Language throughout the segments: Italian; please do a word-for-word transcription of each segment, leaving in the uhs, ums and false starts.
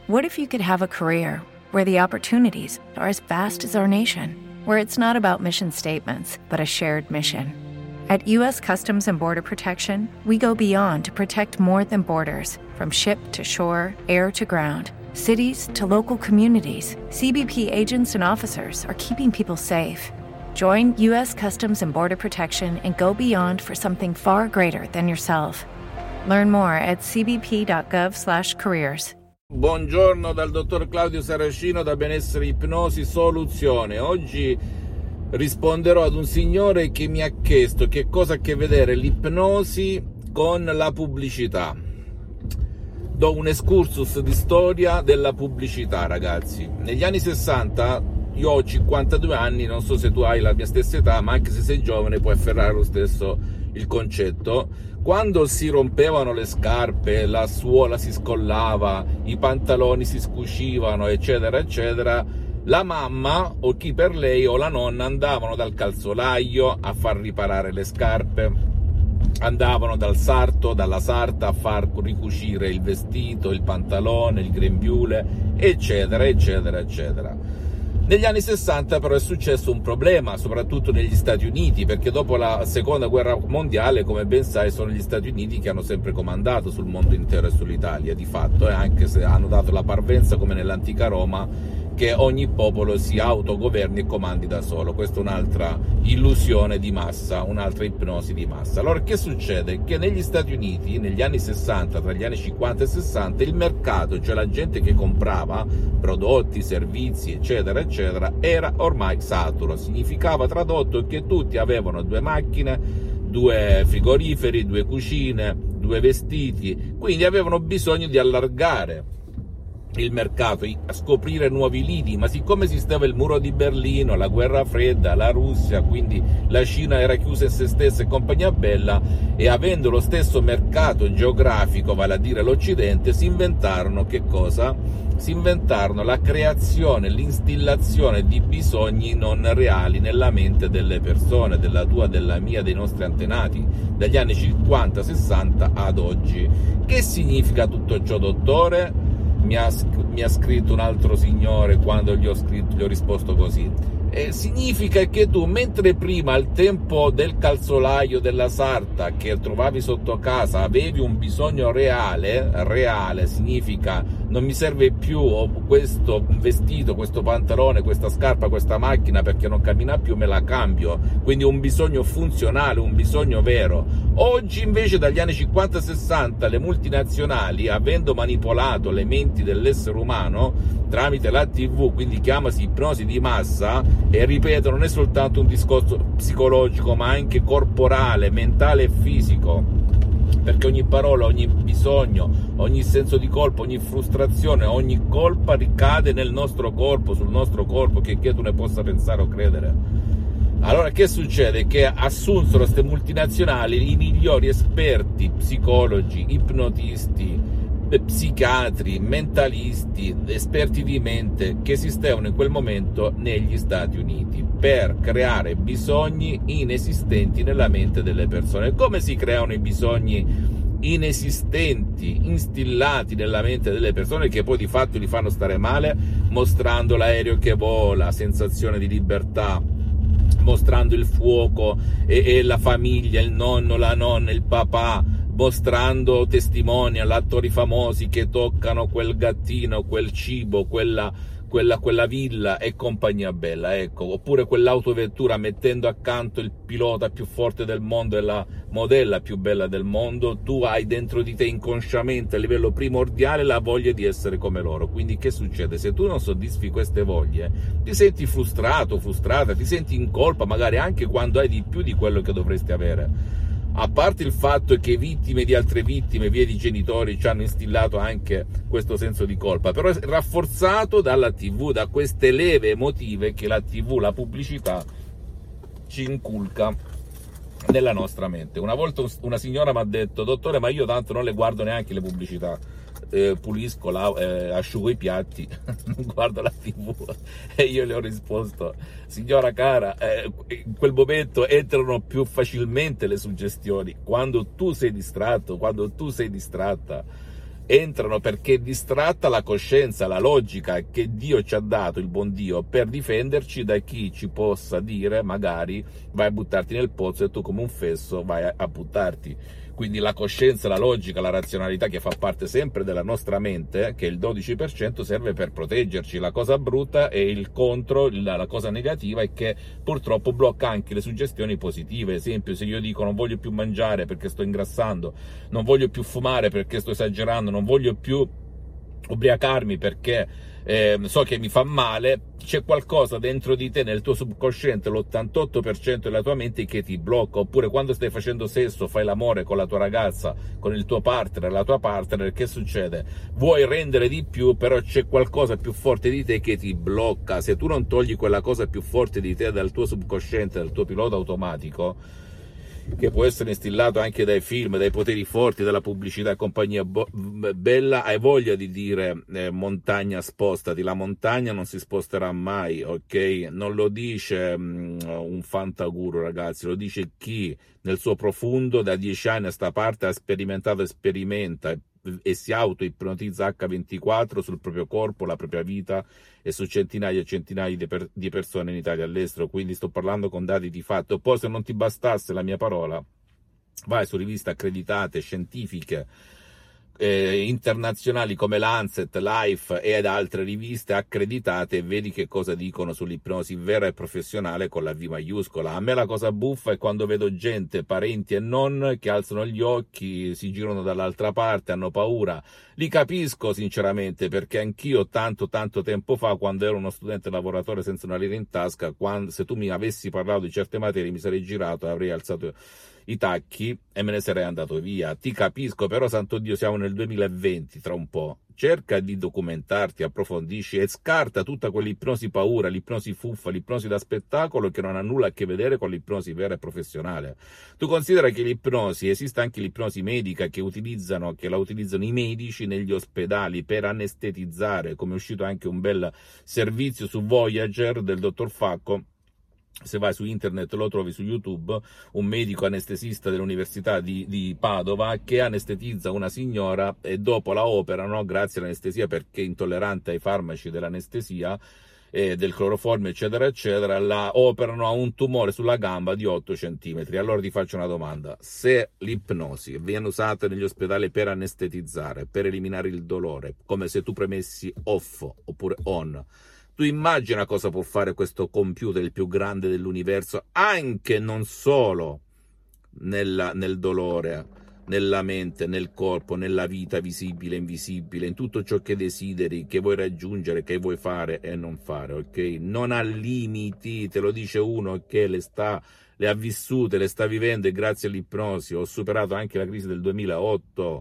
What if you could have a career where the opportunities are as vast as our nation, where it's not about mission statements, but a shared mission? At U S Customs and Border Protection, we go beyond to protect more than borders. From ship to shore, air to ground, cities to local communities, C B P agents and officers are keeping people safe. Join U S Customs and Border Protection and go beyond for something far greater than yourself. Learn more at c b p dot gov slash careers. Buongiorno dal dottor Claudio Saracino da Benessere Ipnosi Soluzione. Oggi risponderò ad un signore che mi ha chiesto che cosa ha a che vedere l'ipnosi con la pubblicità. Do un excursus di storia della pubblicità, ragazzi. Negli anni sessanta, io ho cinquantadue anni, non so se tu hai la mia stessa età, ma anche se sei giovane puoi afferrare lo stesso il concetto. Quando si rompevano le scarpe, la suola si scollava, i pantaloni si scuscivano, eccetera, eccetera, la mamma o chi per lei o la nonna andavano dal calzolaio a far riparare le scarpe, andavano dal sarto, dalla sarta a far ricucire il vestito, il pantalone, il grembiule, eccetera, eccetera, eccetera. Negli anni sessanta però è successo un problema, soprattutto negli Stati Uniti, perché dopo la seconda guerra mondiale, come ben sai, sono gli Stati Uniti che hanno sempre comandato sul mondo intero e sull'Italia, di fatto, e anche se hanno dato la parvenza, come nell'antica Roma, che ogni popolo si autogoverni e comandi da solo. Questa è un'altra illusione di massa, un'altra ipnosi di massa. Allora che succede? Che negli Stati Uniti, negli anni sessanta, tra gli anni cinquanta e sessanta, il mercato, cioè la gente che comprava prodotti, servizi, eccetera, eccetera, era ormai saturo. Significava, tradotto, che tutti avevano due macchine, due frigoriferi, due cucine, due vestiti, quindi avevano bisogno di allargare il mercato, a scoprire nuovi lidi, ma siccome esisteva il muro di Berlino, la guerra fredda, la Russia, quindi la Cina era chiusa in se stessa e compagnia bella, e avendo lo stesso mercato geografico, vale a dire l'Occidente, si inventarono che cosa? Si inventarono la creazione, l'instillazione di bisogni non reali nella mente delle persone, della tua, della mia, dei nostri antenati, dagli anni cinquanta sessanta ad oggi. Che significa tutto ciò, dottore? Mi ha, mi ha scritto un altro signore quando gli ho, scritto, gli ho risposto così. Eh, significa che tu, mentre prima al tempo del calzolaio, della sarta che trovavi sotto casa, avevi un bisogno reale, reale significa non mi serve più questo vestito, questo pantalone, questa scarpa, questa macchina perché non cammina più, me la cambio, quindi un bisogno funzionale, un bisogno vero. Oggi invece dagli anni cinquanta sessanta le multinazionali, avendo manipolato le menti dell'essere umano tramite la tivù, quindi chiamasi ipnosi di massa, e ripeto, non è soltanto un discorso psicologico ma anche corporale, mentale e fisico, perché ogni parola, ogni bisogno, ogni senso di colpa, ogni frustrazione, ogni colpa ricade nel nostro corpo, sul nostro corpo, che, che tu ne possa pensare o credere. Allora che succede? Che assunsero queste multinazionali i migliori esperti, psicologi, ipnotisti, psichiatri, mentalisti, esperti di mente che esistevano in quel momento negli Stati Uniti per creare bisogni inesistenti nella mente delle persone. Come si creano i bisogni inesistenti, instillati nella mente delle persone, che poi di fatto li fanno stare male? Mostrando l'aereo che vola, sensazione di libertà, mostrando il fuoco e, e la famiglia, il nonno, la nonna, il papà, mostrando testimonial, attori famosi che toccano quel gattino, quel cibo, quella, quella, quella villa e compagnia bella, ecco. Oppure quell'autovettura, mettendo accanto il pilota più forte del mondo e la modella più bella del mondo. Tu hai dentro di te inconsciamente, a livello primordiale, la voglia di essere come loro. Quindi che succede? Se tu non soddisfi queste voglie, ti senti frustrato, frustrata, ti senti in colpa, magari anche quando hai di più di quello che dovresti avere. A parte il fatto che vittime di altre vittime, via di genitori, ci hanno instillato anche questo senso di colpa, però è rafforzato dalla tivù, da queste leve emotive che la tivù, la pubblicità, ci inculca nella nostra mente. Una volta una signora mi ha detto: dottore, ma io tanto non le guardo neanche le pubblicità, eh, pulisco, la, eh, asciugo i piatti, non guardo la tivù. E io le ho risposto: signora cara, eh, in quel momento entrano più facilmente le suggestioni quando tu sei distratto, quando tu sei distratta. entrano perché è distratta la coscienza, la logica che Dio ci ha dato, il buon Dio, per difenderci da chi ci possa dire magari vai a buttarti nel pozzo e tu come un fesso vai a, a buttarti. Quindi la coscienza, la logica, la razionalità che fa parte sempre della nostra mente, che è il dodici per cento, serve per proteggerci. La cosa brutta e il contro, la, la cosa negativa è che purtroppo blocca anche le suggestioni positive. Esempio, se io dico non voglio più mangiare perché sto ingrassando, non voglio più fumare perché sto esagerando, non voglio più ubriacarmi perché eh, so che mi fa male, c'è qualcosa dentro di te, nel tuo subconsciente, l'ottantotto per cento della tua mente che ti blocca. Oppure quando stai facendo sesso, fai l'amore con la tua ragazza, con il tuo partner, la tua partner, che succede? Vuoi rendere di più, però c'è qualcosa più forte di te che ti blocca. Se tu non togli quella cosa più forte di te dal tuo subconsciente, dal tuo pilota automatico, che può essere instillato anche dai film, dai poteri forti, dalla pubblicità e compagnia bella, hai voglia di dire eh, montagna spostati. La montagna non si sposterà mai, ok? Non lo dice um, un fantaguru, ragazzi, lo dice chi nel suo profondo da dieci anni a sta parte ha sperimentato e sperimenta e, e si auto-ipnotizza acca ventiquattro sul proprio corpo, la propria vita e su centinaia e centinaia di, per, di persone in Italia e all'estero. Quindi sto parlando con dati di fatto. Poi, se non ti bastasse la mia parola, vai su riviste accreditate, scientifiche, eh, internazionali come Lancet, Life ed altre riviste accreditate e vedi che cosa dicono sull'ipnosi vera e professionale con la V maiuscola. A me la cosa buffa è quando vedo gente, parenti e non, che alzano gli occhi, si girano dall'altra parte, hanno paura. Li capisco sinceramente, perché anch'io tanto tanto tempo fa, quando ero uno studente lavoratore senza una lira in tasca, quando, se tu mi avessi parlato di certe materie mi sarei girato e avrei alzato i tacchi e me ne sarei andato via. Ti capisco, però santo Dio siamo nel duemilaventi, tra un po'. Cerca di documentarti, approfondisci e scarta tutta quell'ipnosi paura, l'ipnosi fuffa, l'ipnosi da spettacolo che non ha nulla a che vedere con l'ipnosi vera e professionale. Tu considera che l'ipnosi, esiste anche l'ipnosi medica che utilizzano, che la utilizzano i medici negli ospedali per anestetizzare, come è uscito anche un bel servizio su Voyager del dottor Facco. Se vai su internet lo trovi su YouTube, un medico anestesista dell'Università di, di Padova che anestetizza una signora e dopo la operano grazie all'anestesia, perché è intollerante ai farmaci dell'anestesia, eh, del cloroformio eccetera eccetera, la operano a un tumore sulla gamba di otto centimetri. Allora ti faccio una domanda: se l'ipnosi viene usata negli ospedali per anestetizzare, per eliminare il dolore, come se tu premessi off oppure on, tu immagina cosa può fare questo computer, il più grande dell'universo, anche non solo nella, nel dolore, nella mente, nel corpo, nella vita visibile e invisibile, in tutto ciò che desideri, che vuoi raggiungere, che vuoi fare e non fare, ok? Non ha limiti, te lo dice uno che le sta, le ha vissute, le sta vivendo, e grazie all'ipnosi ho superato anche la crisi del duemilaotto,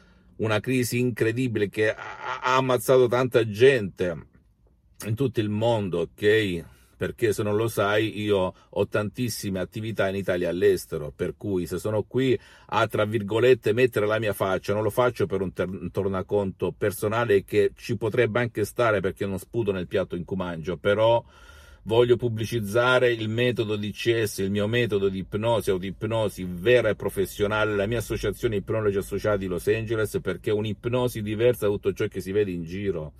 una crisi incredibile che ha, ha ammazzato tanta gente in tutto il mondo, ok? Perché se non lo sai, io ho tantissime attività in Italia e all'estero, per cui se sono qui a, tra virgolette, mettere la mia faccia, non lo faccio per un, ter- un tornaconto personale che ci potrebbe anche stare, perché non sputo nel piatto in cui mangio, però voglio pubblicizzare il metodo D C S, il mio metodo di ipnosi, autoipnosi vera e professionale, la mia associazione Ipnologi Associati di Los Angeles, perché è un'ipnosi diversa da tutto ciò che si vede in giro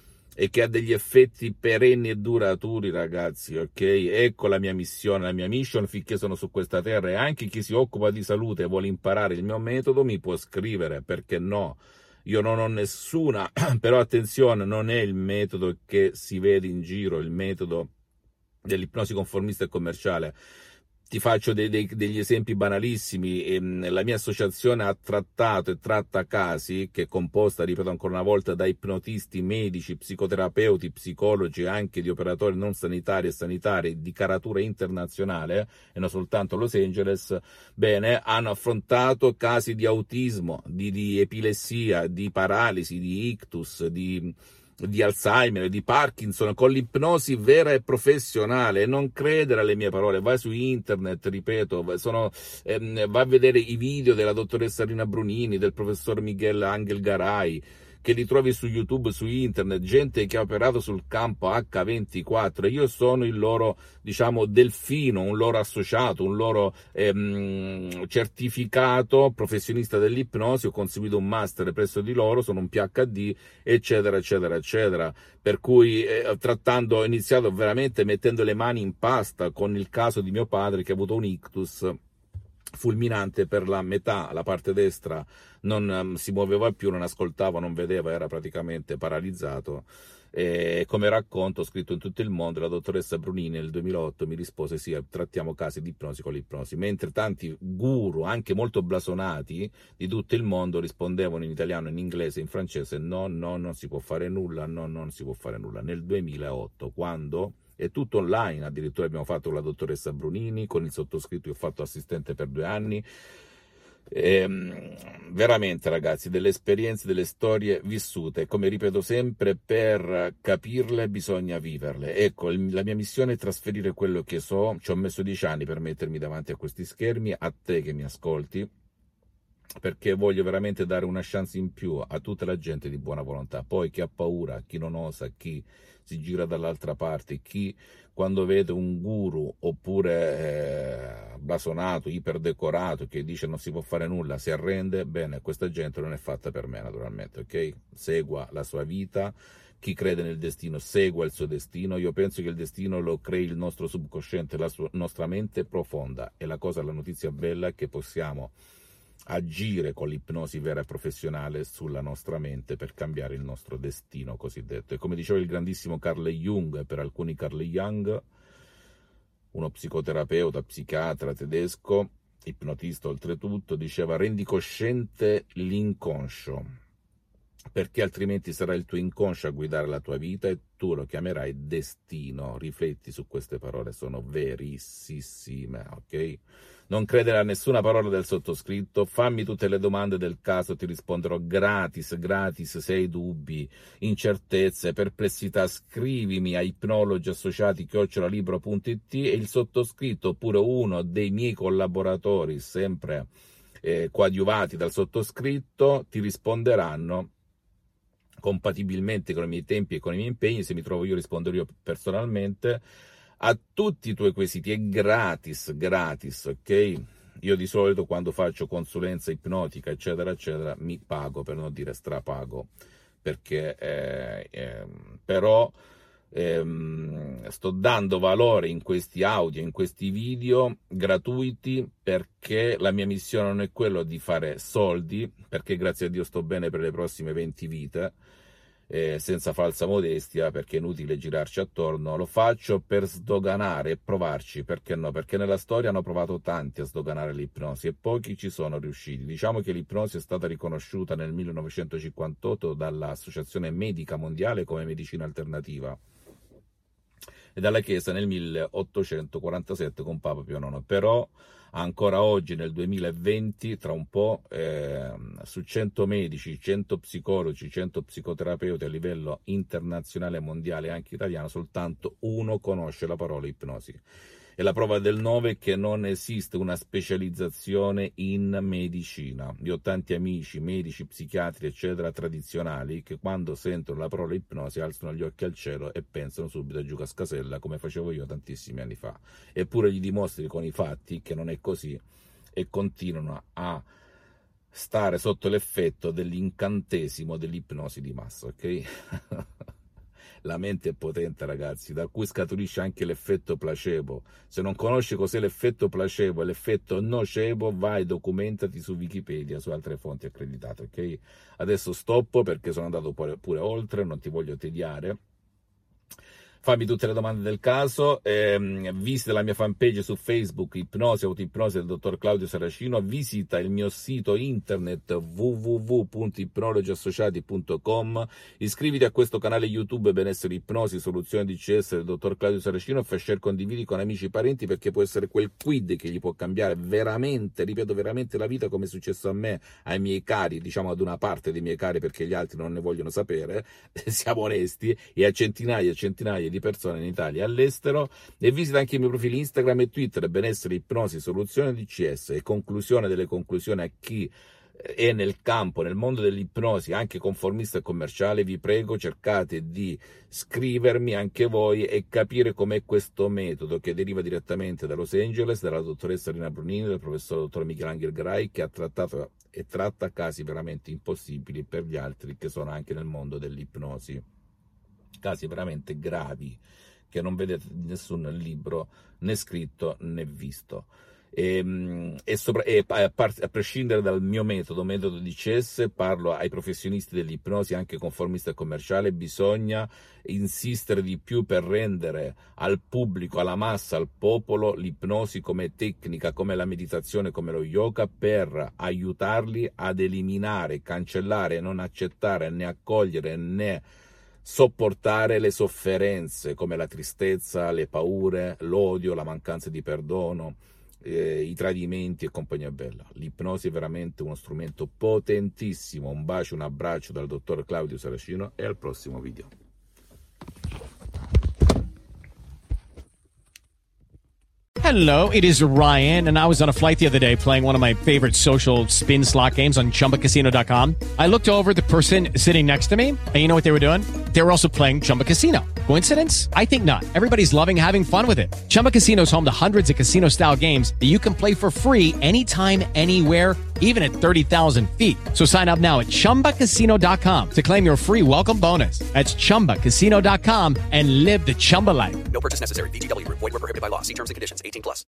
e che ha degli effetti perenni e duraturi, ragazzi, ok? Ecco la mia missione, la mia mission finché sono su questa terra, e anche chi si occupa di salute e vuole imparare il mio metodo mi può scrivere, perché no? Io non ho nessuna, però attenzione, non è il metodo che si vede in giro, il metodo dell'ipnosi conformista e commerciale. Ti faccio dei, dei, degli esempi banalissimi. E, la mia associazione ha trattato e tratta casi, che è composta, ripeto ancora una volta, da ipnotisti, medici, psicoterapeuti, psicologi, anche di operatori non sanitari e sanitari di caratura internazionale, e non soltanto Los Angeles. Bene, hanno affrontato casi di autismo, di, di epilessia, di paralisi, di ictus, di... di Alzheimer, di Parkinson, con l'ipnosi vera e professionale. E non credere alle mie parole, vai su internet, ripeto, sono, ehm, vai a vedere i video della dottoressa Rina Brunini, del professor Miguel Angel Garay, che li trovi su YouTube, su internet, gente che ha operato sul campo acca ventiquattro, io sono il loro, diciamo, delfino, un loro associato, un loro ehm, certificato professionista dell'ipnosi, ho conseguito un master presso di loro, sono un P H D, eccetera, eccetera, eccetera. Per cui eh, trattando, ho iniziato veramente mettendo le mani in pasta con il caso di mio padre che ha avuto un ictus fulminante per la metà, la parte destra non um, si muoveva più, non ascoltava, non vedeva, era praticamente paralizzato. E come racconto scritto in tutto il mondo, la dottoressa Brunini nel duemilaotto mi rispose: sì, trattiamo casi di ipnosi con l'ipnosi, mentre tanti guru, anche molto blasonati, di tutto il mondo rispondevano in italiano, in inglese, in francese: no, no, non si può fare nulla, no, no, non si può fare nulla. Nel duemilaotto, quando è tutto online, addirittura abbiamo fatto con la dottoressa Brunini, con il sottoscritto, io ho fatto assistente per due anni. E, veramente, ragazzi, delle esperienze, delle storie vissute, come ripeto sempre, per capirle bisogna viverle. Ecco, il, la mia missione è trasferire quello che so. Ci ho messo dieci anni per mettermi davanti a questi schermi, a te che mi ascolti, perché voglio veramente dare una chance in più a tutta la gente di buona volontà. Poi chi ha paura, chi non osa, chi si gira dall'altra parte, chi quando vede un guru oppure eh, blasonato, iperdecorato, che dice non si può fare nulla, si arrende, bene, questa gente non è fatta per me, naturalmente, ok? Segua la sua vita. Chi crede nel destino segua il suo destino. Io penso che il destino lo crei il nostro subconsciente, la sua, nostra mente profonda. E la cosa, la notizia bella è che possiamo agire con l'ipnosi vera e professionale sulla nostra mente per cambiare il nostro destino cosiddetto. E come diceva il grandissimo Carl Jung, per alcuni Carl Jung, uno psicoterapeuta, psichiatra tedesco, ipnotista oltretutto, diceva: rendi cosciente l'inconscio, perché altrimenti sarà il tuo inconscio a guidare la tua vita e tu lo chiamerai destino. Rifletti su queste parole, sono verissime, ok? Non credere a nessuna parola del sottoscritto, fammi tutte le domande del caso, ti risponderò gratis, gratis. Se hai dubbi, incertezze, perplessità, scrivimi a ipnologi associati chiocciola libro punto it e il sottoscritto, oppure uno dei miei collaboratori, sempre eh, coadiuvati dal sottoscritto, ti risponderanno compatibilmente con i miei tempi e con i miei impegni. Se mi trovo io, rispondo io personalmente a tutti i tuoi quesiti. È gratis, gratis, ok? Io di solito quando faccio consulenza ipnotica, eccetera, eccetera, mi pago, per non dire strapago, perché eh, eh, però eh, sto dando valore in questi audio, in questi video gratuiti, perché la mia missione non è quella di fare soldi, perché grazie a Dio sto bene per le prossime venti vite, Eh, senza falsa modestia, perché è inutile girarci attorno. Lo faccio per sdoganare e provarci, perché no? Perché nella storia hanno provato tanti a sdoganare l'ipnosi e pochi ci sono riusciti. Diciamo che l'ipnosi è stata riconosciuta nel millenovecentocinquantotto dall'Associazione Medica Mondiale come medicina alternativa e dalla Chiesa nel milleottocentoquarantasette con Papa Pio nono. Però ancora oggi, nel duemilaventi, tra un po', eh, su cento medici, cento psicologi, cento psicoterapeuti a livello internazionale e mondiale, anche italiano, soltanto uno conosce la parola ipnosi. E la prova del nove è che non esiste una specializzazione in medicina. Io ho tanti amici, medici, psichiatri, eccetera, tradizionali, che quando sentono la parola ipnosi alzano gli occhi al cielo e pensano subito a Giù Cascasella, come facevo io tantissimi anni fa. Eppure gli dimostri con i fatti che non è così e continuano a stare sotto l'effetto dell'incantesimo dell'ipnosi di massa, ok? La mente è potente, ragazzi, da cui scaturisce anche l'effetto placebo. Se non conosci cos'è l'effetto placebo e l'effetto nocebo, vai, documentati su Wikipedia, su altre fonti accreditate, ok? Adesso stoppo perché sono andato pure, pure oltre, non ti voglio tediare. Fammi tutte le domande del caso, ehm, visita la mia fanpage su Facebook, Ipnosi, Autoipnosi del dottor Claudio Saracino, visita il mio sito internet w w w punto ipnologi associati punto com, iscriviti a questo canale YouTube Benessere Ipnosi, Soluzione D C S del dottor Claudio Saracino, fai share, condividi con amici e parenti, perché può essere quel quid che gli può cambiare veramente, ripeto, veramente la vita, come è successo a me, ai miei cari, diciamo ad una parte dei miei cari, perché gli altri non ne vogliono sapere, siamo onesti, e a centinaia e centinaia di persone in Italia e all'estero. E visita anche i miei profili Instagram e Twitter, Benessere Ipnosi Soluzione D C S. E conclusione delle conclusioni a chi e nel campo, nel mondo dell'ipnosi, anche conformista e commerciale, vi prego cercate di scrivermi anche voi e capire com'è questo metodo che deriva direttamente da Los Angeles, dalla dottoressa Rina Brunini, dal professor dottor Michelangelo Grai, che ha trattato e tratta casi veramente impossibili per gli altri che sono anche nel mondo dell'ipnosi, casi veramente gravi che non vedete in nessun libro né scritto né visto. E, e, sopra, e a, part, a prescindere dal mio metodo, metodo di C S, parlo ai professionisti dell'ipnosi, anche conformista e commerciale, bisogna insistere di più per rendere al pubblico, alla massa, al popolo, l'ipnosi come tecnica, come la meditazione, come lo yoga, per aiutarli ad eliminare, cancellare, non accettare né accogliere né sopportare le sofferenze come la tristezza, le paure, l'odio, la mancanza di perdono, Eh, i tradimenti e compagnia bella. L'ipnosi è veramente uno strumento potentissimo. Un bacio, un abbraccio dal dottor Claudio Saracino e al prossimo video. Hello, it is Ryan, and I was on a flight the other day playing one of my favorite social spin slot games on Chumba Casino dot com. I looked over at the person sitting next to me, and you know what they were doing? They were also playing Chumba Casino. Coincidence? I think not. Everybody's loving having fun with it. Chumba Casino is home to hundreds of casino-style games that you can play for free anytime, anywhere, even at thirty thousand feet. So sign up now at Chumba Casino dot com to claim your free welcome bonus. That's Chumba Casino dot com and live the Chumba life. No purchase necessary. V G W. Void where prohibited by law. See terms and conditions. eighteen plus.